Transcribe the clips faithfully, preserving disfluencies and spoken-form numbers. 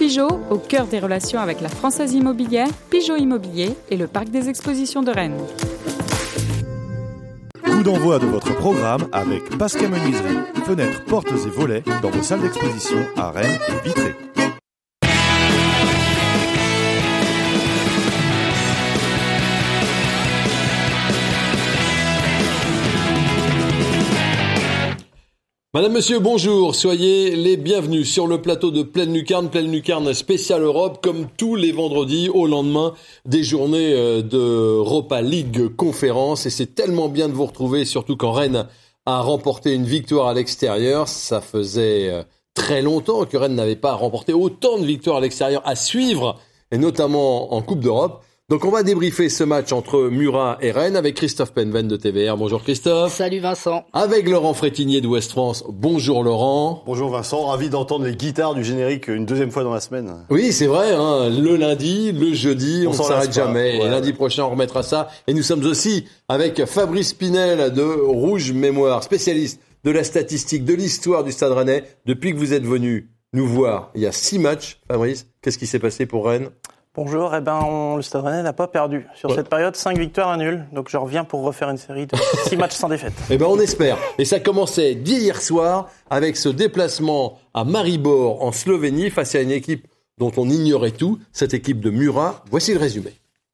Pigeot, au cœur des relations avec la Française Immobilière, Pigeot Immobilier et le Parc des Expositions de Rennes. Coup d'envoi de votre programme avec Pascal Menuiserie, fenêtres, portes et volets dans vos salles d'exposition à Rennes et Vitré. Madame, Monsieur, bonjour, soyez les bienvenus sur le plateau de Pleine Lucarne, Pleine Lucarne spéciale Europe, comme tous les vendredis au lendemain des journées de Europa League conférence. Et c'est tellement bien de vous retrouver, surtout quand Rennes a remporté une victoire à l'extérieur. Ça faisait très longtemps que Rennes n'avait pas remporté autant de victoires à l'extérieur à suivre, et notamment en Coupe d'Europe. Donc on va débriefer ce match entre Murat et Rennes avec Christophe Penven de T V R. Bonjour Christophe. Salut Vincent. Avec Laurent Frétinier de Ouest France. Bonjour Laurent. Bonjour Vincent, ravi d'entendre les guitares du générique une deuxième fois dans la semaine. Oui, c'est vrai, hein, le lundi, le jeudi, on ne s'arrête jamais. Ouais, et lundi ouais. prochain, on remettra ça. Et nous sommes aussi avec Fabrice Pinel de Rouge Mémoire, spécialiste de la statistique, de l'histoire du Stade Rennais. Depuis que vous êtes venu nous voir, il y a six matchs. Fabrice, qu'est-ce qui s'est passé pour Rennes ? Bonjour, eh ben on, le Stade Rennais n'a pas perdu. Sur ouais. cette période, cinq victoires à nul. Donc je reviens pour refaire une série de six matchs sans défaite. Eh ben on espère. Et ça commençait dès hier soir avec ce déplacement à Maribor en Slovénie face à une équipe dont on ignorait tout, cette équipe de Murat. Voici le résumé.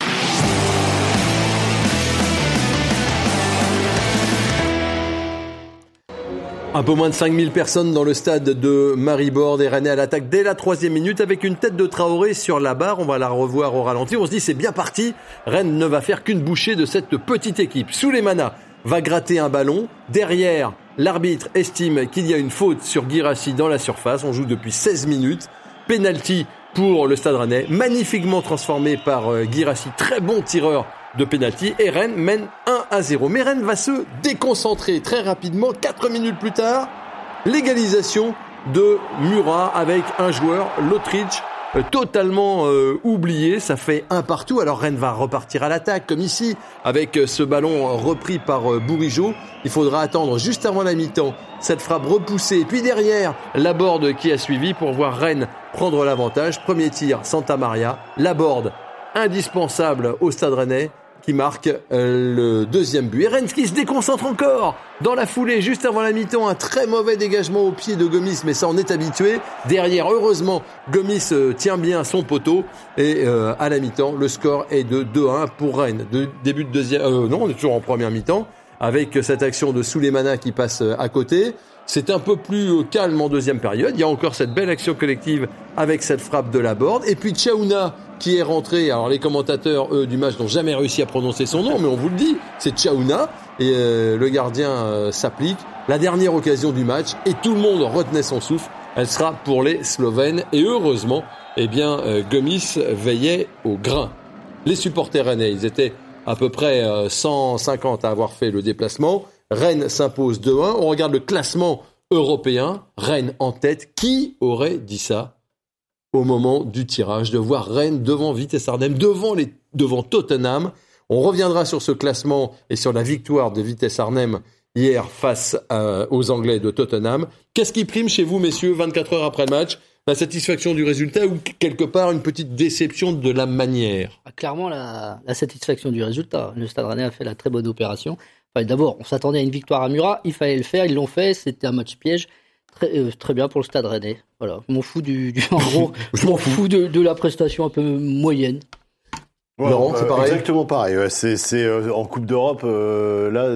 Un peu moins de cinq mille personnes dans le stade de Maribor, des Rennais à l'attaque dès la troisième minute avec une tête de Traoré sur la barre. On va la revoir au ralenti. On se dit c'est bien parti. Rennes ne va faire qu'une bouchée de cette petite équipe. Souleymana va gratter un ballon. Derrière, l'arbitre estime qu'il y a une faute sur Guirassy dans la surface. On joue depuis seize minutes. Penalty pour le Stade Rennais. Magnifiquement transformé par Guirassy. Très bon tireur de pénalty et Rennes mène un à zéro. Mais Rennes va se déconcentrer très rapidement. Quatre minutes plus tard, l'égalisation de Murat avec un joueur, l'Autriche, euh, totalement euh, oublié. Ça fait un partout. Alors Rennes va repartir à l'attaque comme ici avec euh, ce ballon repris par euh, Bourigeaud. Il faudra attendre juste avant la mi-temps cette frappe repoussée. Et puis derrière, Laborde qui a suivi pour voir Rennes prendre l'avantage. Premier tir, Santa Maria. Laborde, indispensable au Stade Rennais, qui marque euh, le deuxième but. Et Rennes qui se déconcentre encore dans la foulée, juste avant la mi-temps, un très mauvais dégagement au pied de Gomis, mais ça on est habitué. Derrière, heureusement, Gomis euh, tient bien son poteau, et euh, à la mi-temps, le score est de deux à un pour Rennes. De, début de deuxième, euh, non, on est toujours en première mi-temps, avec cette action de Souleymana qui passe à côté. C'est un peu plus calme en deuxième période. Il y a encore cette belle action collective avec cette frappe de Laborde. Et puis Tchaouna qui est rentré. Alors les commentateurs, eux, du match n'ont jamais réussi à prononcer son nom, mais on vous le dit, c'est Tchaouna. Et euh, le gardien euh, s'applique. La dernière occasion du match, et tout le monde retenait son souffle. Elle sera pour les Slovènes. Et heureusement, eh bien, euh, Gomis veillait au grain. Les supporters rennais, ils étaient à peu près euh, cent cinquante à avoir fait le déplacement. Rennes s'impose deux à un. On regarde le classement européen. Rennes en tête. Qui aurait dit ça au moment du tirage, de voir Rennes devant Vitesse Arnhem, devant, les, devant Tottenham. On reviendra sur ce classement et sur la victoire de Vitesse Arnhem hier face à, aux Anglais de Tottenham. Qu'est-ce qui prime chez vous, messieurs, vingt-quatre heures après le match ? La satisfaction du résultat ou quelque part une petite déception de la manière ? Clairement, la, la satisfaction du résultat. Le Stade Rennais a fait la très bonne opération. Enfin, d'abord, on s'attendait à une victoire à Murat, il fallait le faire, ils l'ont fait, c'était un match piège. Très, euh, très bien pour le Stade Rennais. Voilà, je m'en fous du, du en gros, je m'en fous de, de la prestation un peu moyenne. Ouais, Laurent, c'est pareil. Exactement pareil. Ouais, c'est, c'est euh, en Coupe d'Europe, euh, là,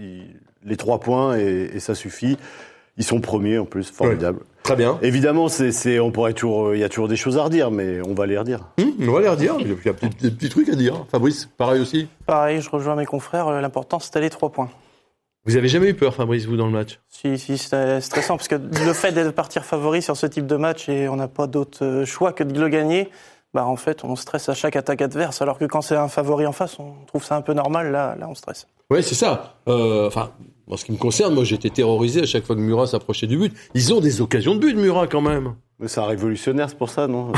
les trois points et, et ça suffit. Ils sont premiers en plus, formidable. Ouais, très bien. Évidemment, c'est, c'est, on pourrait toujours, il y a toujours des choses à redire, mais on va les redire. Mmh, on va les redire. Il y a des, des petits trucs à dire. Fabrice, pareil aussi. Pareil, je rejoins mes confrères. L'important, c'était les trois points. Vous avez jamais eu peur, Fabrice, vous, dans le match ? Si, si, c'est stressant, parce que le fait de partir favori sur ce type de match et on n'a pas d'autre choix que de le gagner, bah en fait, on stresse à chaque attaque adverse, alors que quand c'est un favori en face, on trouve ça un peu normal, là, là on stresse. Ouais, c'est ça. Euh, enfin, en ce qui me concerne, moi, j'étais terrorisé à chaque fois que Murat s'approchait du but. Ils ont des occasions de but, Murat, quand même. Mais c'est un révolutionnaire, c'est pour ça, non?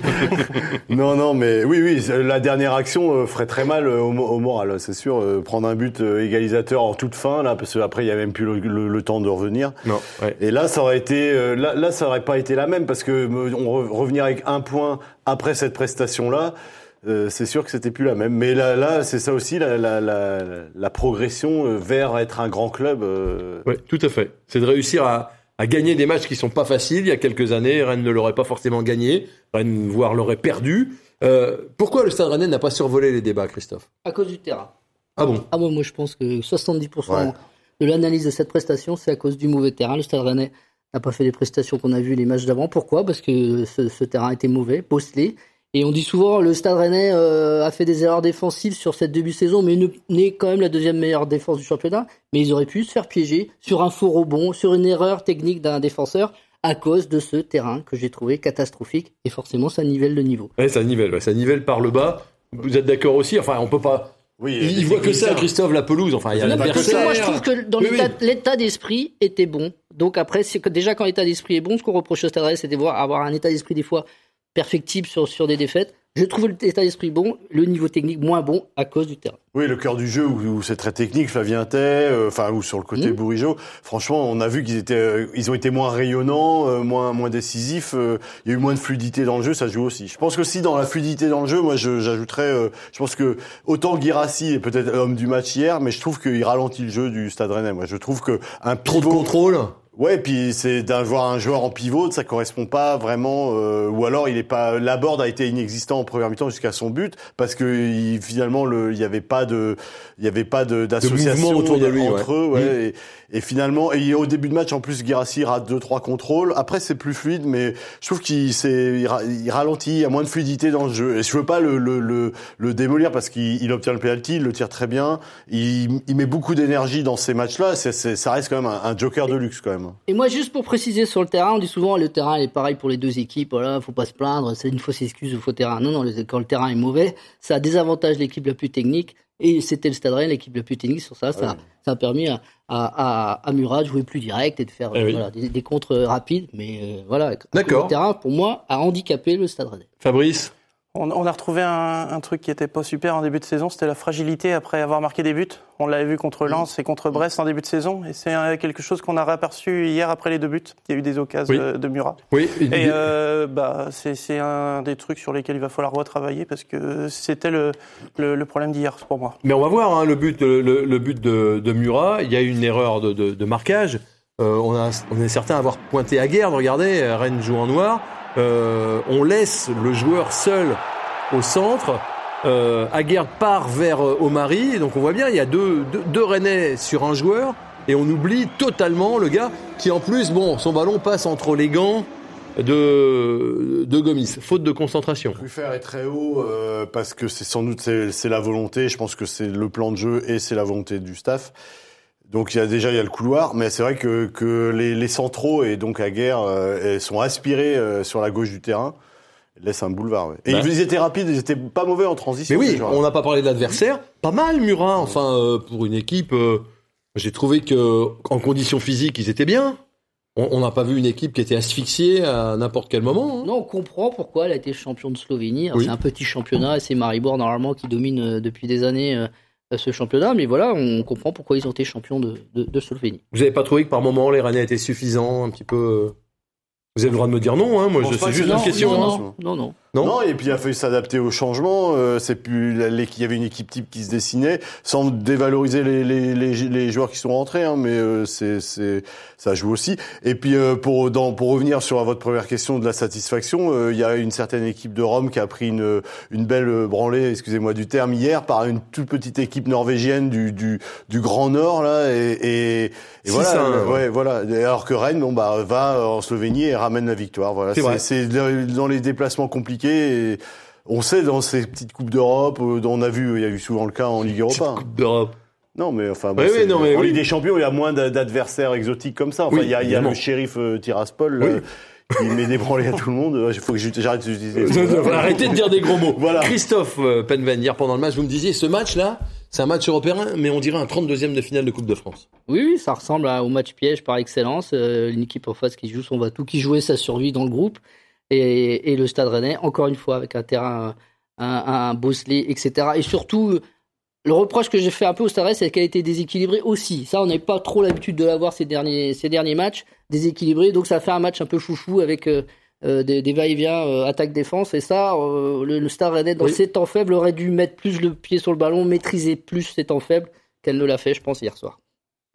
Non, non, mais oui, oui, la dernière action euh, ferait très mal au, au moral, c'est sûr. Euh, prendre un but euh, égalisateur en toute fin, là, parce qu'après, il n'y a même plus le, le, le temps de revenir. Non. Ouais. Et là, ça aurait été, euh, là, là, ça aurait pas été la même, parce que euh, on re- revenir avec un point après cette prestation-là, euh, c'est sûr que c'était plus la même. Mais là, là, c'est ça aussi, la, la, la, la progression euh, vers être un grand club. Euh... Oui, tout à fait. C'est de réussir à à gagner des matchs qui sont pas faciles. Il y a quelques années, Rennes ne l'aurait pas forcément gagné. Rennes, voire l'aurait perdu. Euh, pourquoi le Stade Rennais n'a pas survolé les débats, Christophe? À cause du terrain. Ah bon? Ah bon, moi je pense que soixante-dix pour cent Ouais. de l'analyse de cette prestation, c'est à cause du mauvais terrain. Le Stade Rennais n'a pas fait les prestations qu'on a vues les matchs d'avant. Pourquoi? Parce que ce, ce terrain était mauvais, bosselé. Et on dit souvent le Stade Rennais euh, a fait des erreurs défensives sur cette début-saison, mais n'est quand même la deuxième meilleure défense du championnat. Mais ils auraient pu se faire piéger sur un faux rebond, sur une erreur technique d'un défenseur, à cause de ce terrain que j'ai trouvé catastrophique. Et forcément, ça nivelle le niveau. Ouais, ça nivelle, ouais, ça nivelle par le bas. Vous êtes d'accord aussi? Enfin, on peut pas. Oui, Il, il voit que ça, Christophe, la pelouse. Enfin, il y a Non, parce que l'adversaire. moi, je trouve que dans Oui, l'état, oui. l'état d'esprit était bon. Donc après, c'est que déjà quand l'état d'esprit est bon, ce qu'on reproche au Stade Rennais, c'était voir avoir un état d'esprit des fois perfectible sur sur des défaites. Je trouve l'état d'esprit bon, le niveau technique moins bon à cause du terrain. Oui, le cœur du jeu où, où c'est très technique, Flavien Tay, euh, enfin ou sur le côté Mmh. Bourigeaud. Franchement, on a vu qu'ils étaient, euh, ils ont été moins rayonnants, euh, moins moins décisifs. Euh, il y a eu moins de fluidité dans le jeu, ça joue aussi. Je pense que si dans la fluidité dans le jeu, moi, je, j'ajouterais, euh, je pense que autant Guirassy est peut-être l'homme du match hier, mais je trouve qu'il ralentit le jeu du Stade Rennais. Moi, je trouve que un Trop de pivot- contrôle. Ouais, puis c'est d'avoir un joueur en pivot, ça correspond pas vraiment, euh, ou alors il est pas. Laborde a été inexistant en première mi-temps jusqu'à son but parce que il, finalement le, il y avait pas de, il y avait pas de d'association mouvement autour de lui, entre ouais. eux, ouais. Mmh. Et, et finalement, et au début de match, en plus, Guirassy rate deux trois contrôles. Après, c'est plus fluide, mais je trouve qu'il c'est, il, ra- il ralentit, il y a moins de fluidité dans le jeu. Et je veux pas le le le, le démolir parce qu'il il obtient le penalty, il le tire très bien. Il, il met beaucoup d'énergie dans ces matchs-là. C'est, c'est, ça reste quand même un, un joker de luxe quand même. Et moi, juste pour préciser sur le terrain, on dit souvent le terrain est pareil pour les deux équipes. Voilà, faut pas se plaindre, c'est une fausse excuse au faux terrain. Non, non, quand le terrain est mauvais, ça désavantage l'équipe la plus technique. Et c'était le Stade Rennais, l'équipe la plus technique sur ça. Ça, Ouais. ça a permis à, à, à, à Murat de jouer plus direct et de faire Eh euh, oui. voilà, des, des contres rapides. Mais euh, voilà, D'accord. le terrain, pour moi, a handicapé le Stade Rennais. Fabrice? On, on a retrouvé un, un truc qui était pas super en début de saison, c'était la fragilité après avoir marqué des buts. On l'avait vu contre Lens et contre Brest en début de saison, et c'est euh, quelque chose qu'on a réaperçu hier après les deux buts. Il y a eu des occasions Oui. euh, de Murat. Oui. il- Et euh, bah, c'est, c'est un des trucs sur lesquels il va falloir retravailler parce que c'était le, le, le problème d'hier pour moi. Mais on va voir hein, le but, le, le- le but de, de Murat. Il y a eu une erreur de, de, de marquage. Euh, on, a, on est certain d'avoir pointé à guerre. Regardez, Rennes joue en noir. Euh, on laisse le joueur seul au centre. Euh, Aguerd part vers euh, Omari. Donc on voit bien, il y a deux, deux, deux Rennais sur un joueur. Et on oublie totalement le gars qui, en plus, bon, son ballon passe entre les gants de, de Gomis. Faute de concentration. Truffert est très haut euh, parce que c'est sans doute c'est, c'est la volonté. Je pense que c'est le plan de jeu et c'est la volonté du staff. Donc il y a déjà il y a le couloir, mais c'est vrai que que les, les centraux et donc Aguerd euh, sont aspirés euh, sur la gauche du terrain, laissent un boulevard. Ouais. Et Bah. ils étaient rapides, ils étaient pas mauvais en transition. Mais oui, ces joueurs-là. on n'a pas parlé de l'adversaire. Pas mal, Murat. Enfin, euh, pour une équipe, euh, j'ai trouvé que en conditions physiques, ils étaient bien. On on n'a pas vu une équipe qui était asphyxiée à n'importe quel moment. hein. Non, on comprend pourquoi elle a été champion de Slovénie. Alors, Oui. C'est un petit championnat et c'est Maribor normalement qui domine euh, depuis des années euh, ce championnat. Mais voilà, on comprend pourquoi ils ont été champions de, de, de Slovénie. Vous n'avez pas trouvé que par moment les Rennais étaient suffisants, un petit peu. euh, Vous avez le droit de me dire non, hein. Moi, Je pense je pas c'est que juste c'est une non, question. non, hein. hein. non, non, non. Non. Non, et puis il a fallu s'adapter au changement. Euh, c'est plus la- les- il y avait une équipe type qui se dessinait, sans dévaloriser les les les, les joueurs qui sont rentrés, hein, mais euh, c'est c'est ça joue aussi. Et puis euh, pour dans pour revenir sur votre première question de la satisfaction, euh, il y a une certaine équipe de Rome qui a pris une une belle branlée, excusez-moi du terme, hier par une toute petite équipe norvégienne du du du Grand Nord là, et et, et six voilà, à un, euh, ouais. ouais, voilà. Et alors que Rennes, bon bah va en Slovénie et ramène la victoire. Voilà, C'est vrai. c'est dans les déplacements compliqués. Et on sait dans ces petites coupes d'Europe, euh, dont on a vu, il y a eu souvent le cas en Ligue Europa. hein. Coupe d'Europe. Non, mais enfin, bon, Oui, c'est- oui, non, mais en oui. Ligue des Champions, il y a moins d'a- d'adversaires exotiques comme ça. Enfin, Oui, il y a, il y a évidemment. le shérif euh, Tiraspol là, Oui. qui met des branlées à tout le monde. Il faut que j'arrête d'utiliser. Arrêtez de dire des gros mots. Voilà. Christophe euh, Penven, hier pendant le match, vous me disiez, ce match-là, C'est un match européen, mais on dirait un trente-deuxième de finale de Coupe de France. Oui, oui, ça ressemble à, au match piège par excellence. Euh, une équipe en face qui joue son va-tout, qui jouait sa survie dans le groupe. Et, et le Stade Rennais, encore une fois, avec un terrain, un, un bosselé, et cetera. Et surtout, le reproche que j'ai fait un peu au Stade Rennais, c'est qu'elle a été déséquilibrée aussi. Ça, on n'avait pas trop l'habitude de l'avoir ces derniers, ces derniers matchs, déséquilibrés. Donc ça fait un match un peu foufou avec euh, euh, des, des va-et-vient, euh, attaque-défense. Et ça, euh, le, le Stade Rennais, dans oui. ses temps faibles, aurait dû mettre plus le pied sur le ballon, maîtriser plus ses temps faibles qu'elle ne l'a fait, je pense, hier soir. Fabrice ?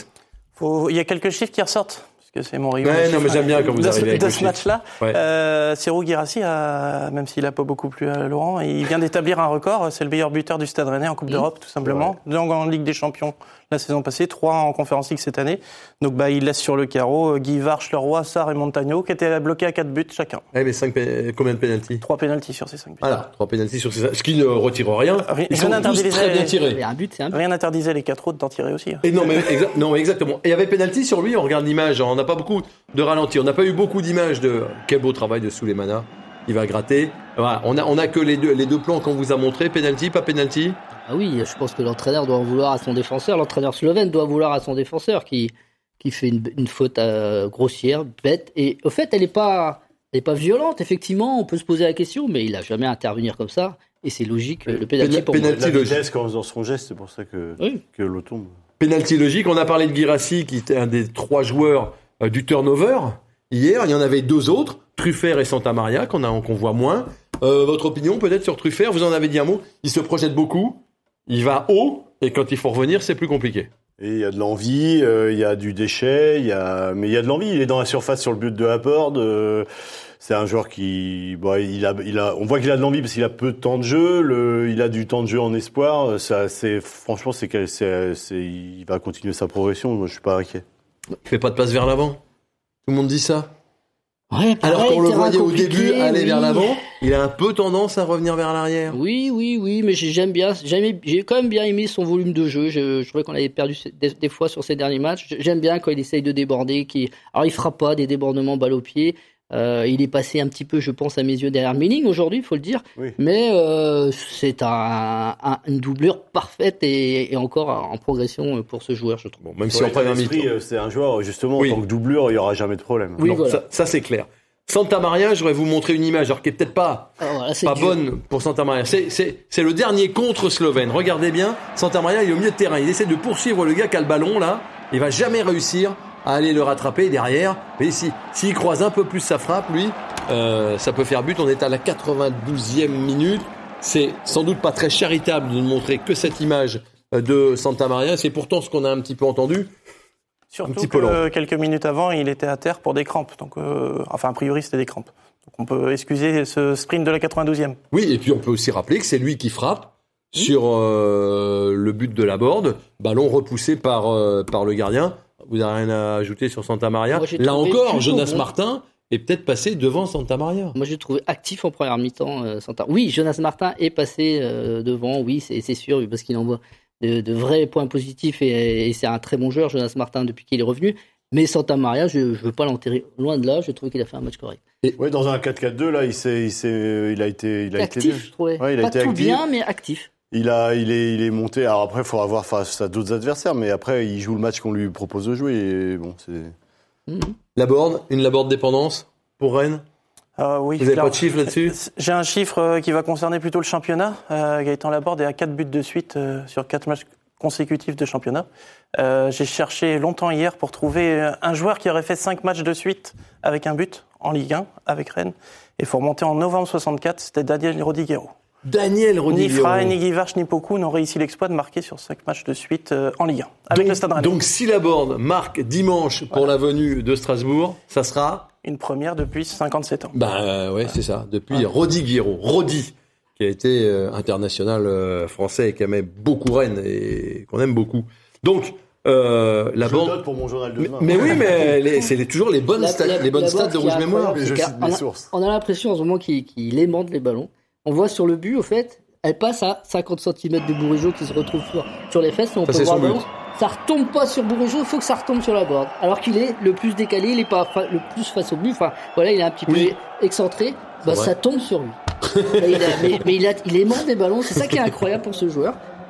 Faut... Il y a quelques chiffres qui ressortent. Que c'est mon rival. Ouais, non, mais j'aime bien quand vous de, arrivez avec de ce match-là. Ouais. Euh, Serhou Guirassy, a, même s'il a pas beaucoup plu à Laurent, il vient d'établir un record. C'est le meilleur buteur du Stade Rennais en Coupe mmh. d'Europe, tout simplement. Ouais. Deux en Ligue des Champions la saison passée, trois en Conférence League cette année. Donc, bah, il laisse sur le carreau Guy Varche, Leroy, Sarr et Montagno, qui étaient bloqués à quatre buts chacun. Eh, mais cinq, combien de pénaltys ? Trois pénaltys sur ces cinq buts. Voilà, trois pénaltys sur ces cinq. Ce qui ne retire rien. Rien, Ils sont tous très bien tirés. Mais un but, c'est un but. Rien n'interdisait les quatre autres d'en tirer aussi. Et non, mais, exa- non, mais exactement. Et il y avait pénalty sur lui, on regarde l'image, on n'a pas beaucoup de ralenti. On n'a pas eu beaucoup d'images de quel beau travail de Souleymana. Il va gratter. Voilà, on a on a que les deux les deux plans qu'on vous a montrés. Penalty, pas penalty. Ah oui, je pense que l'entraîneur doit en vouloir à son défenseur. L'entraîneur slovène doit vouloir à son défenseur qui qui fait une, une faute euh, grossière, bête. Et au fait, elle est pas elle est pas violente. Effectivement, on peut se poser la question, mais il a jamais à intervenir comme ça. Et c'est logique. Le penalty pour moi. La vitesse quand dans son geste, c'est pour ça que oui. que l'eau tombe. Penalty logique. On a parlé de Guirassy qui était un des trois joueurs euh, du turnover. Hier, il y en avait deux autres, Truffert et Santamaria, qu'on a, qu'on voit moins. Euh, votre opinion peut-être sur Truffert ? Vous en avez dit un mot. Il se projette beaucoup, il va haut, et quand il faut revenir, c'est plus compliqué. Et il y a de l'envie, euh, il y a du déchet, il y a, mais il y a de l'envie. Il est dans la surface sur le but de Laporte. Euh, c'est un joueur qui, bon, il a, il a, on voit qu'il a de l'envie parce qu'il a peu de temps de jeu. Le, il a du temps de jeu en espoir. Ça, c'est, franchement, c'est, c'est, c'est, il va continuer sa progression. Moi, je suis pas inquiet. Il fait pas de passe vers l'avant. Tout le monde dit ça. Ouais, pareil, alors qu'on le voyait au début aller oui. vers l'avant, il a un peu tendance à revenir vers l'arrière. Oui, oui, oui, mais j'aime bien, j'aime, j'ai quand même bien aimé son volume de jeu. Je, je trouvais qu'on avait perdu des, des fois sur ces derniers matchs. J'aime bien quand il essaye de déborder. Qui, alors il fera pas des débordements balle au pied. Euh, il est passé un petit peu, je pense, à mes yeux derrière Melling aujourd'hui, il faut le dire. Oui. Mais euh, c'est un, un, une doublure parfaite et, et encore en progression pour ce joueur, je trouve. Bon, même si en première mi-temps, c'est un joueur justement oui. en tant que doublure, il y aura jamais de problème. Oui, non, voilà. ça, ça c'est clair. Santamaria, je voudrais vous montrer une image, alors qui est peut-être pas alors, voilà, pas dur. bonne pour Santamaria. C'est c'est c'est le dernier contre slovène. Regardez bien, Santamaria il est au milieu de terrain, il essaie de poursuivre le gars qui a le ballon là, il va jamais réussir à aller le rattraper derrière. Mais si s'il croise un peu plus sa frappe, lui, euh, ça peut faire but. On est à la quatre-vingt-douzième minute. C'est sans doute pas très charitable de ne montrer que cette image de Santamaria. C'est pourtant ce qu'on a un petit peu entendu. Surtout un petit peu que quelques minutes avant, il était à terre pour des crampes. Donc, euh, enfin, a priori, c'était des crampes. Donc, on peut excuser ce sprint de la quatre-vingt-douzième. Oui, et puis on peut aussi rappeler que c'est lui qui frappe mmh. sur euh, le but de Laborde. Ballon repoussé par euh, par le gardien. Vous n'avez rien à ajouter sur Santamaria. Moi, là encore, Jonas bon. Martin est peut-être passé devant Santamaria. Moi, j'ai trouvé actif en première mi-temps. Euh, Santa... Oui, Jonas Martin est passé euh, devant. Oui, c'est, c'est sûr, parce qu'il envoie de, de vrais points positifs et, et c'est un très bon joueur, Jonas Martin, depuis qu'il est revenu. Mais Santamaria, je ne veux pas l'enterrer loin de là. Je trouve qu'il a fait un match correct. Et ouais, dans un quatre quatre deux, là, il s'est, il s'est, il a été, il a actif, été bien. Je trouvais. Ouais, il a pas été tout actif. bien, mais actif. Il a, il est, il est monté. Alors après, il faudra voir face à d'autres adversaires, mais après, il joue le match qu'on lui propose de jouer. Et bon, c'est. Mmh. Laborde, une Laborde dépendance pour Rennes. Euh, oui. Vous n'avez pas de chiffre là-dessus ? J'ai un chiffre qui va concerner plutôt le championnat. Euh, Gaëtan Laborde est à quatre buts de suite euh, sur quatre matchs consécutifs de championnat. Euh, j'ai cherché longtemps hier pour trouver un joueur qui aurait fait cinq matchs de suite avec un but en Ligue un avec Rennes. Et il faut remonter en novembre soixante-quatre, c'était Daniel Rodiguero. Daniel Rodiguero. Ni Fraï, ni Guy Varche, ni Pokou n'ont réussi l'exploit de marquer sur cinq matchs de suite euh, en Ligue un avec donc, le Stade Rennais. Donc si Laborde marque dimanche pour voilà. la venue de Strasbourg, ça sera une première depuis cinquante-sept ans. Bah euh, ouais, c'est ça. Depuis ouais. Rodiguero, Rodi, qui a été euh, international euh, français et qui aimait beaucoup Rennes et qu'on aime beaucoup. Donc euh, la je bande. note pour mon journal de demain. Mais, mais oui, mais les, c'est les, toujours les bonnes stats, les bonnes stats de Rouge Mémoire. Mais je cite mes on, a, sources. on a l'impression en ce moment qu'il, qu'il aimante les ballons. On voit sur le but, au fait, elle passe à cinquante centimètres de Bourigeaud qui se retrouve sur, sur les fesses. Et on ça, peut voir le ballon. But. Ça retombe pas sur Bourigeaud, il faut que ça retombe sur la borde. Alors qu'il est le plus décalé, il est pas fa- le plus face au but. Enfin, voilà, il est un petit oui. peu excentré. Bah, ça tombe sur lui. mais il, a, mais, mais il, a, il aimante des ballons. C'est ça qui est incroyable pour ce joueur.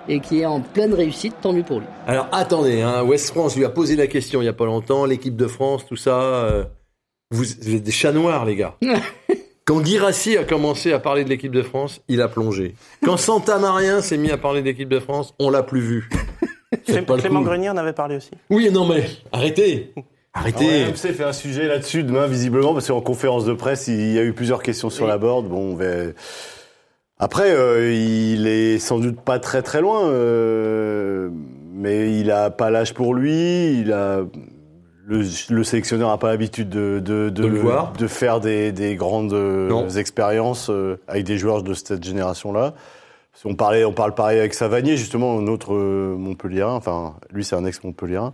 et qui est en pleine réussite, tant mieux pour lui. Alors attendez, hein, Ouest France lui a posé la question il y a pas longtemps, l'équipe de France, tout ça, euh, vous, vous êtes des chats noirs les gars. Quand Guirassy a commencé à parler de l'équipe de France, il a plongé. Quand Santamarien s'est mis à parler de l'équipe de France, on l'a plus vu. Clément Grenier en avait parlé aussi. Oui, non mais arrêtez. Arrêtez. R M C fait un sujet là-dessus demain, visiblement, parce qu'en conférence de presse, il y a eu plusieurs questions sur oui. la board. Bon, on va... Après, euh, il est sans doute pas très très loin, euh, mais il a pas l'âge pour lui. Il a le, le sélectionneur a pas l'habitude de de de, de, le voir. de faire des des grandes non. expériences euh, avec des joueurs de cette génération-là. On parlait, on parle pareil avec Savanier, justement, un autre euh, Montpellierin. Enfin, lui, c'est un ex-Montpellierin.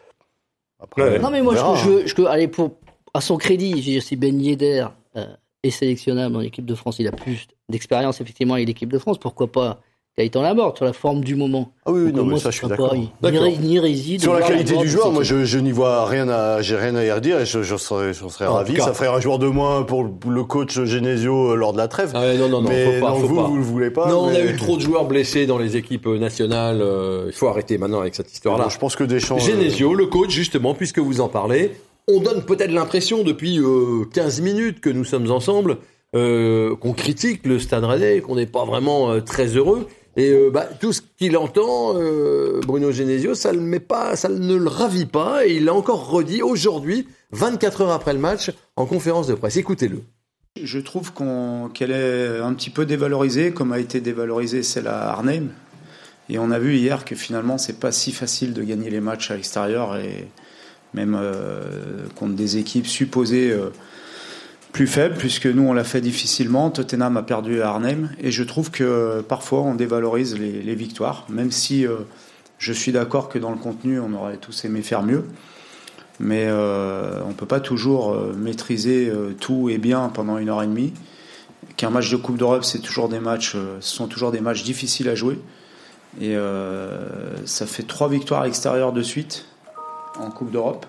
Après, ouais. Non, mais moi, je, je, je, allez, pour, à son crédit, je veux dire, si Ben Yedder euh, est sélectionnable en équipe de France, il a plus d'expérience, effectivement, avec l'équipe de France, pourquoi pas Gaëtan Laborde, sur la forme du moment. Ah oui, oui non, mais ça, je suis d'accord. Pas, il n'y réside. Sur la qualité du joueur, moi, je, je n'y vois rien à, j'ai rien à y redire et je, je serais, je serais ravi. Cas. Ça ferait un joueur de moins pour le coach Genesio lors de la trêve. Ah ouais, non, non, non, mais faut pas, non, faut vous, pas. vous le voulez pas. Non, mais... on a eu trop de joueurs blessés dans les équipes nationales. Euh, il faut arrêter maintenant avec cette histoire-là. Bon, je pense que Deschamps. Genesio, euh... le coach, justement, puisque vous en parlez, on donne peut-être l'impression depuis euh, quinze minutes que nous sommes ensemble, euh, qu'on critique le Stade Rennais, qu'on n'est pas vraiment euh, très heureux. Et euh, bah, tout ce qu'il entend, euh, Bruno Genesio, ça le met pas, ça ne le ravit pas. Et il l'a encore redit aujourd'hui, vingt-quatre heures après le match, en conférence de presse. Écoutez-le. Je trouve qu'on, qu'elle est un petit peu dévalorisée, comme a été dévalorisée celle à Arnhem. Et on a vu hier que finalement, c'est pas si facile de gagner les matchs à l'extérieur, et même euh, contre des équipes supposées euh, plus faible, puisque nous on l'a fait difficilement. Tottenham a perdu à Arnhem, et je trouve que euh, parfois on dévalorise les, les victoires, même si euh, je suis d'accord que dans le contenu on aurait tous aimé faire mieux, mais euh, on peut pas toujours euh, maîtriser euh, tout et bien pendant une heure et demie. Qu'un match de Coupe d'Europe, c'est toujours des matchs, euh, ce sont toujours des matchs difficiles à jouer, et euh, ça fait trois victoires à l'extérieur de suite en Coupe d'Europe.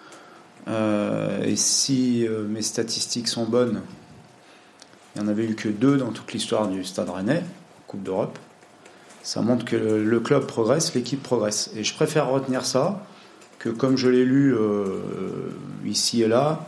Euh, et si euh, mes statistiques sont bonnes, il n'y en avait eu que deux dans toute l'histoire du Stade Rennais, Coupe d'Europe. Ça montre que le, le club progresse, l'équipe progresse. Et je préfère retenir ça que, comme je l'ai lu euh, ici et là,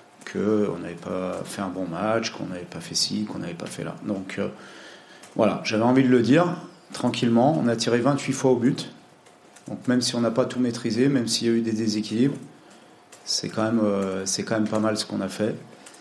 qu'on n'avait pas fait un bon match, qu'on n'avait pas fait ci, qu'on n'avait pas fait là. Donc euh, voilà, j'avais envie de le dire tranquillement. On a tiré vingt-huit fois au but. Donc même si on n'a pas tout maîtrisé, même s'il y a eu des déséquilibres, c'est quand même, euh, c'est quand même pas mal ce qu'on a fait.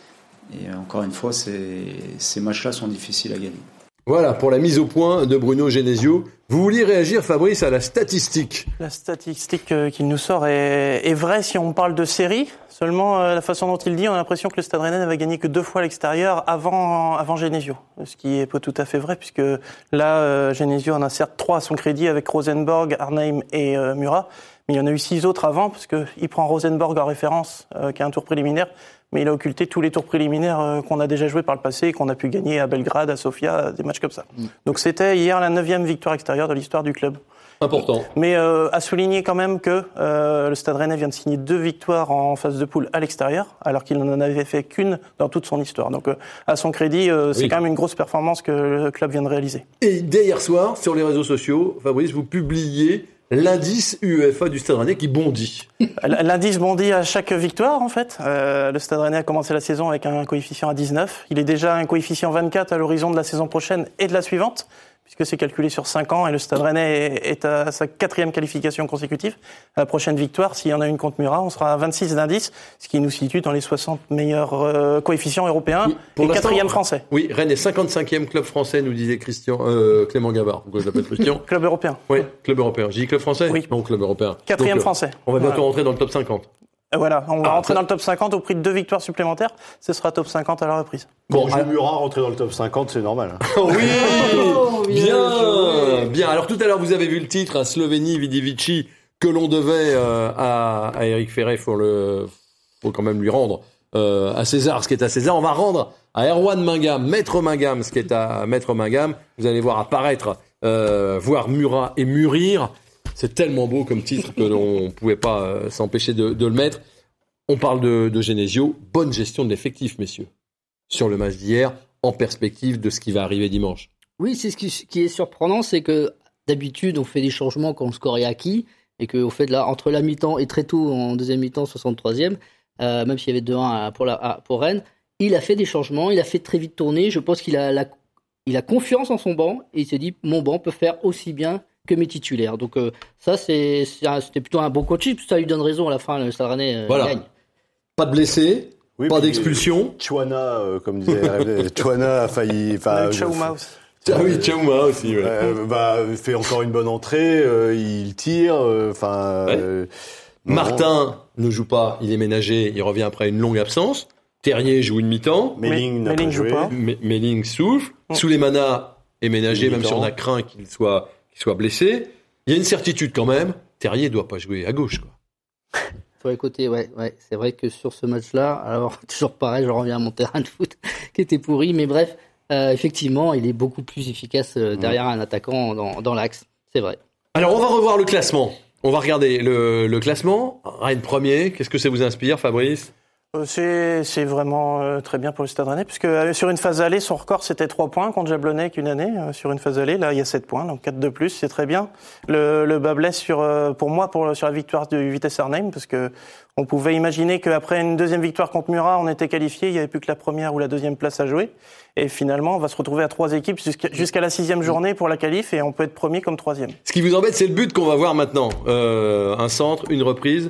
Et encore une fois, c'est, ces matchs-là sont difficiles à gagner. Voilà, pour la mise au point de Bruno Genesio. Vous vouliez réagir, Fabrice, à la statistique? La statistique euh, qu'il nous sort est, est vraie si on parle de série. Seulement, euh, la façon dont il dit, on a l'impression que le Stade Rennais n'avait gagné que deux fois à l'extérieur avant, avant Genesio. Ce qui est pas tout à fait vrai, puisque là, euh, Genesio en a certes trois à son crédit avec Rosenborg, Arnhem et euh, Murat. Mais il y en a eu six autres avant, parce qu'il prend Rosenborg en référence, euh, qui a un tour préliminaire, mais il a occulté tous les tours préliminaires euh, qu'on a déjà joués par le passé et qu'on a pu gagner à Belgrade, à Sofia, des matchs comme ça. Mmh. Donc c'était hier la neuvième victoire extérieure de l'histoire du club. Important. Mais euh, à souligner quand même que euh, le Stade Rennais vient de signer deux victoires en phase de poule à l'extérieur, alors qu'il n'en avait fait qu'une dans toute son histoire. Donc euh, à son crédit, euh, oui. c'est quand même une grosse performance que le club vient de réaliser. Et dès hier soir, sur les réseaux sociaux, Fabrice, vous publiez l'indice U E F A du Stade Rennais qui bondit. L'indice bondit à chaque victoire, en fait. Euh, le Stade Rennais a commencé la saison avec un coefficient à dix-neuf. Il est déjà à un coefficient vingt-quatre à l'horizon de la saison prochaine et de la suivante, puisque c'est calculé sur cinq ans, et le Stade Rennais est à sa quatrième qualification consécutive. À la prochaine victoire, s'il y en a une contre Murat, on sera à vingt-six d'indice, ce qui nous situe dans les soixante meilleurs euh, coefficients européens, oui, et quatrième français. Oui, Rennes est cinquante-cinquième club français, nous disait Christian, euh, Clément Gavard, pourquoi je l'appelle Christian. Club européen. Oui, club européen. J'ai dit club français? Oui. Non, club européen. Quatrième Donc, français. On va bientôt voilà. rentrer dans le top cinquante. Voilà, on va ah, rentrer ça... dans le top cinquante au prix de deux victoires supplémentaires. Ce sera top cinquante à la reprise. Bon, bon Murat rentrer dans le top cinquante, c'est normal. Hein. Oh oui, oh, bien, bien, bien. Alors tout à l'heure, vous avez vu le titre, hein, Slovénie, Vidivici, que l'on devait euh, à, à Eric Ferret, faut le, faut quand même lui rendre euh, à César ce qui est à César. On va rendre à Erwan Mangam, Maître Mangam, ce qui est à Maître Mangam. Vous allez voir apparaître, euh, voir Murat et mûrir. C'est tellement beau comme titre que l'on ne pouvait pas euh, s'empêcher de, de le mettre. On parle de, de Genesio. Bonne gestion de l'effectif, messieurs, sur le match d'hier, en perspective de ce qui va arriver dimanche. Oui, c'est ce qui, ce qui est surprenant, c'est que d'habitude, on fait des changements quand le score est acquis, et qu'au fait, là, entre la mi-temps et très tôt en deuxième mi-temps, soixante-troisième, euh, même s'il y avait deux un pour, la, pour Rennes, il a fait des changements, il a fait très vite tourner. Je pense qu'il a, la, il a confiance en son banc, et il s'est dit, mon banc peut faire aussi bien que mes titulaires. Donc euh, ça, c'est, c'est un, c'était plutôt un bon coaching, ça lui donne raison à la fin, le Stade Rennais euh, voilà. gagne. Pas de blessés, Oui, pas puis, d'expulsion. Chouana, euh, comme disait Chouana a failli. Enfin, Chaouma aussi. Ah oui, Chaouma aussi. Ouais. Euh, bah, fait encore une bonne entrée, euh, il tire. Enfin. Ouais. Euh, Martin ne joue pas, il est ménagé, il revient après une longue absence. Terrier joue une mi-temps. Melling n'a pas joué. Pas. M- Melling souffle. Mm. Souleymana est ménagé, même si on a craint qu'il soit, qu'il soit blessé. Il y a une certitude quand même. Terrier doit pas jouer à gauche, quoi. Sur les côtés, ouais, ouais. C'est vrai que sur ce match-là, alors toujours pareil, je reviens à mon terrain de foot qui était pourri, mais bref, euh, effectivement, il est beaucoup plus efficace euh, derrière un attaquant dans, dans l'axe. C'est vrai. Alors, on va revoir le classement. On va regarder le, le classement. Rennes premier. Qu'est-ce que ça vous inspire, Fabrice ? C'est, c'est vraiment euh, très bien pour le Stade Rennais, puisque euh, sur une phase allée, son record c'était trois points contre Jablonnet qu'une année. Euh, sur une phase allée, là il y a sept points, donc quatre de plus, c'est très bien. Le, le bas blesse sur, euh, pour moi pour, sur la victoire du Vitesse Arnhem, parce que on pouvait imaginer qu'après une deuxième victoire contre Murat, on était qualifié, il n'y avait plus que la première ou la deuxième place à jouer. Et finalement, on va se retrouver à trois équipes jusqu'à, jusqu'à la sixième journée pour la qualif, et on peut être premier comme troisième. Ce qui vous embête, c'est le but qu'on va voir maintenant. Euh, un centre, une reprise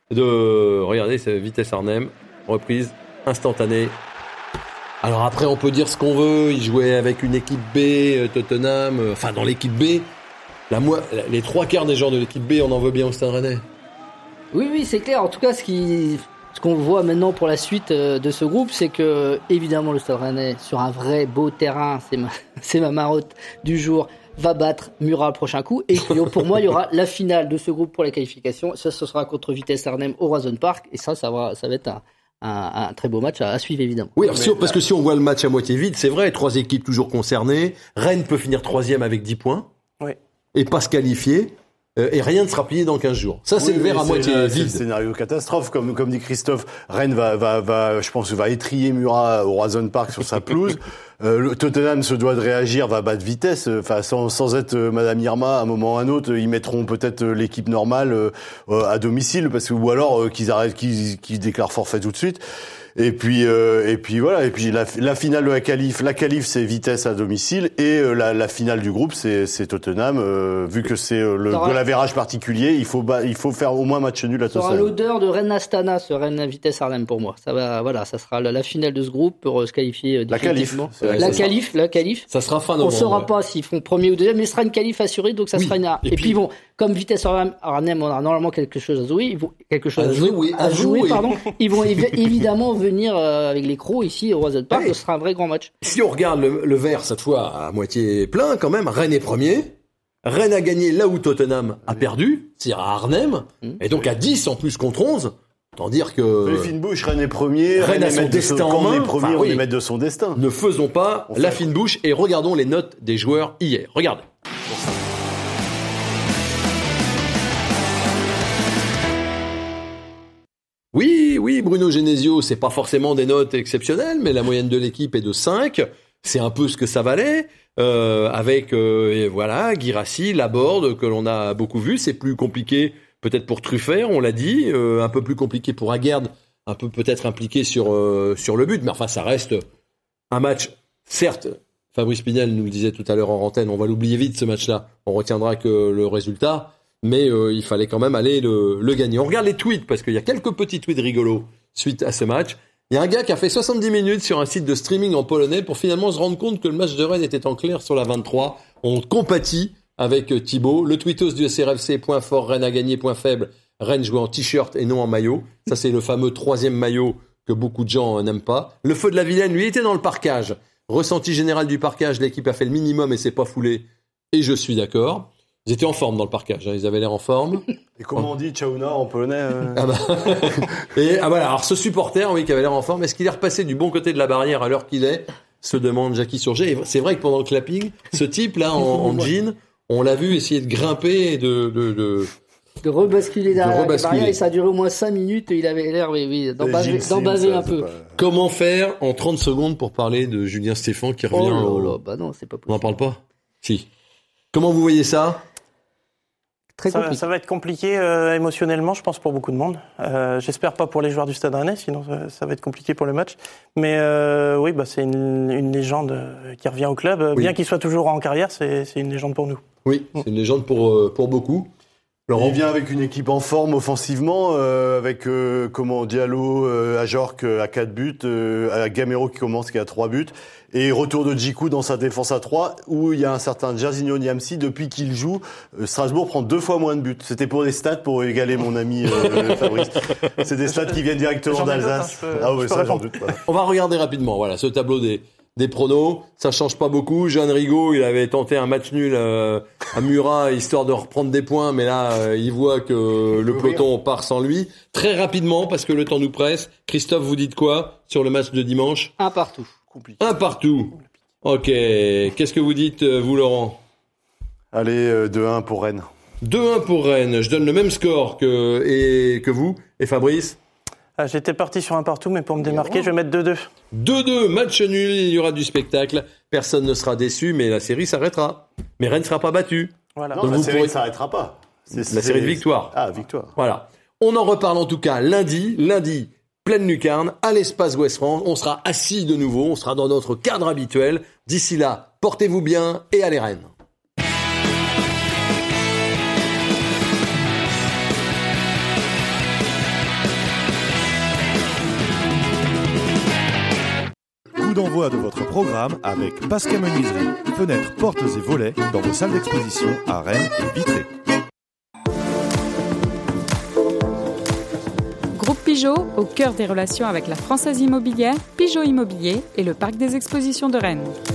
de... Regardez, c'est Vitesse Arnhem. Reprise instantanée. Alors après, on peut dire ce qu'on veut. Il jouait avec une équipe B, Tottenham. Euh, enfin, dans l'équipe B, la mo- les trois quarts des joueurs de l'équipe B, on en veut bien au Stade Rennais. Oui, oui, c'est clair. En tout cas, ce, qui, ce qu'on voit maintenant pour la suite de ce groupe, c'est que, évidemment, le Stade Rennais, sur un vrai beau terrain, c'est ma, c'est ma marotte du jour, va battre Murat le prochain coup. Et pour moi, il y aura la finale de ce groupe pour la qualification. Ça, ce sera contre Vitesse Arnhem au Horizon Park. Et ça, ça va, ça va être un, un, un très beau match à, à suivre, évidemment. Oui, alors, si, parce que si on voit le match à moitié vide, c'est vrai, trois équipes toujours concernées. Rennes peut finir troisième avec dix points. Oui. Et pas se qualifier. Euh, et rien ne sera plié dans quinze jours. Ça, c'est oui, le verre à c'est moitié la, vide. C'est le scénario catastrophe, comme, comme dit Christophe. Rennes va, va, va, je pense, va étrier Murat au Horizon Park sur sa pelouse. euh, le Tottenham se doit de réagir, va battre Vitesse. Enfin, sans, sans être euh, Madame Irma, à un moment ou à un autre, ils mettront peut-être euh, l'équipe normale euh, euh, à domicile, parce que ou alors euh, qu'ils arrêtent, qu'ils, qu'ils déclarent forfait tout de suite. Et puis, euh, et puis voilà. Et puis la, la finale de la qualif, la qualif, c'est Vitesse à domicile, et euh, la, la finale du groupe, c'est, c'est Tottenham. Euh, vu que c'est euh, le Sera... goal average particulier, il faut, bah, il faut faire au moins match nul à Tottenham. Ça sera l'odeur de Rennes Astana, ce Rennes Vitesse Arnhem pour moi. Ça va, voilà, ça sera la, la finale de ce groupe pour euh, se qualifier euh, définitivement. La qualif, la qualif, la qualif. Ça sera fin novembre. On saura ouais. pas s'ils font premier ou deuxième, mais ce sera une qualif assurée, donc ça oui. sera une. Et, et puis, puis bon, comme Vitesse Arnhem, on a normalement quelque chose à jouer, ils vont quelque chose à, à jouer, jouer, à, à jouer, jouer pardon. Ils vont évi- évidemment venir euh, avec les crocs ici au Horizon Park. Ouais. Ce sera un vrai grand match. Si on regarde le, le verre cette fois à moitié plein, quand même, Rennes est premier. Rennes a gagné là où Tottenham a perdu, c'est-à-dire à Arnhem, mmh. et donc à dix en plus contre onze. Autant dire que... Le fine bouche, Rennes est premier, Rennes a son destin en main. On est premier, enfin, on oui. est maître de son destin. Ne faisons pas on la fine bouche et regardons les notes des joueurs hier. Regardez. Oui, oui, Bruno Genesio, c'est pas forcément des notes exceptionnelles, mais la moyenne de l'équipe est de cinq. C'est un peu ce que ça valait. Euh, avec, euh, voilà, Guirassy, Laborde, que l'on a beaucoup vu. C'est plus compliqué peut-être pour Truffert, on l'a dit. Euh, un peu plus compliqué pour Aguerd, un peu peut-être impliqué sur, euh, sur le but. Mais enfin, ça reste un match, certes, Fabrice Pinel nous le disait tout à l'heure en antenne, on va l'oublier vite ce match-là. On retiendra que le résultat. Mais euh, il fallait quand même aller le, le gagner. On regarde les tweets, parce qu'il y a quelques petits tweets rigolos suite à ce match. Il y a un gars qui a fait soixante-dix minutes sur un site de streaming en polonais pour finalement se rendre compte que le match de Rennes était en clair sur la vingt-trois. On compatit avec Thibaut. Le tweetos du S R F C, point fort, Rennes a gagné, point faible. Rennes jouait en t-shirt et non en maillot. Ça, c'est le fameux troisième maillot que beaucoup de gens n'aiment pas. Le feu de la Vilaine, lui, était dans le parquage. Ressenti général du parquage, l'équipe a fait le minimum et s'est pas foulée. Et je suis d'accord. Ils étaient en forme dans le parquage, hein. Ils avaient l'air en forme. Et comment on dit Chaouna en polonais euh... ah bah. Et ah voilà, alors ce supporter, oui, qui avait l'air en forme, est-ce qu'il est repassé du bon côté de la barrière à l'heure qu'il est, se demande Jackie Surgé. Et c'est vrai que pendant le clapping, ce type-là en, en jean, on l'a vu essayer de grimper et de... de, de de rebasculer derrière de rebasculer. la barrière, et ça a duré au moins cinq minutes, et il avait l'air oui, oui, d'embaser, d'embaser un peu. Pas... Comment faire en trente secondes pour parler de Julien Stéphan qui revient oh là au... là, bah non, c'est pas possible. On n'en parle pas ? Si. Comment vous voyez ça ? Très Ça, compliqué. ça va être compliqué euh, émotionnellement, je pense, pour beaucoup de monde. Euh, j'espère pas pour les joueurs du Stade Rennais, sinon ça, ça va être compliqué pour le match. Mais euh, oui, bah, c'est une, une légende qui revient au club. Oui. Bien qu'il soit toujours en carrière, c'est, c'est une légende pour nous. Oui, c'est une légende pour, euh, pour beaucoup. Laurent ? Il vient avec une équipe en forme offensivement, euh, avec euh, comment Diallo, euh, Ajorc euh, à quatre buts, euh, à Gamero qui commence qui a trois buts, et retour de Djikou dans sa défense à trois, où il y a un certain Jairzinho Niamsi. Depuis qu'il joue, euh, Strasbourg prend deux fois moins de buts. C'était pour des stats pour égaler mon ami euh, Fabrice. C'est des stats qui viennent directement J'en ai d'Alsace. d'autres, hein, je peux- ah je ouais, peux ça j'en répondre. doute. Voilà. On va regarder rapidement, voilà, ce tableau des, des pronos. Ça change pas beaucoup. Jeanne Rigaud, il avait tenté un match nul euh, à Murat, histoire de reprendre des points, mais là, euh, il voit que le peloton part sans lui. Très rapidement, parce que le temps nous presse. Christophe, vous dites quoi sur le match de dimanche ? Un partout. Un partout. Ok. Qu'est-ce que vous dites, euh, vous, Laurent ? Allez, euh, deux un pour Rennes. deux un pour Rennes. Je donne le même score que, et, que vous. Et Fabrice ? Ah, j'étais parti sur un partout, mais pour me démarquer, je vais mettre deux deux. deux deux, match nul, il y aura du spectacle. Personne ne sera déçu, mais la série s'arrêtera. Mais Rennes ne sera pas battu. Voilà. Non, Donc la vous série pourrez- ne s'arrêtera pas. C'est, La c'est- série de victoires. Ah, victoire. Voilà. On en reparle en tout cas lundi. Lundi, pleine lucarne, à l'espace Ouest France. On sera assis de nouveau, on sera dans notre cadre habituel. D'ici là, portez-vous bien et allez Rennes. Coup d'envoi de votre programme avec Pascal Menuiserie, fenêtres, portes et volets dans vos salles d'exposition à Rennes et Vitré. Groupe Pigeot, au cœur des relations avec la Française Immobilière, Pigeot Immobilier et le Parc des Expositions de Rennes.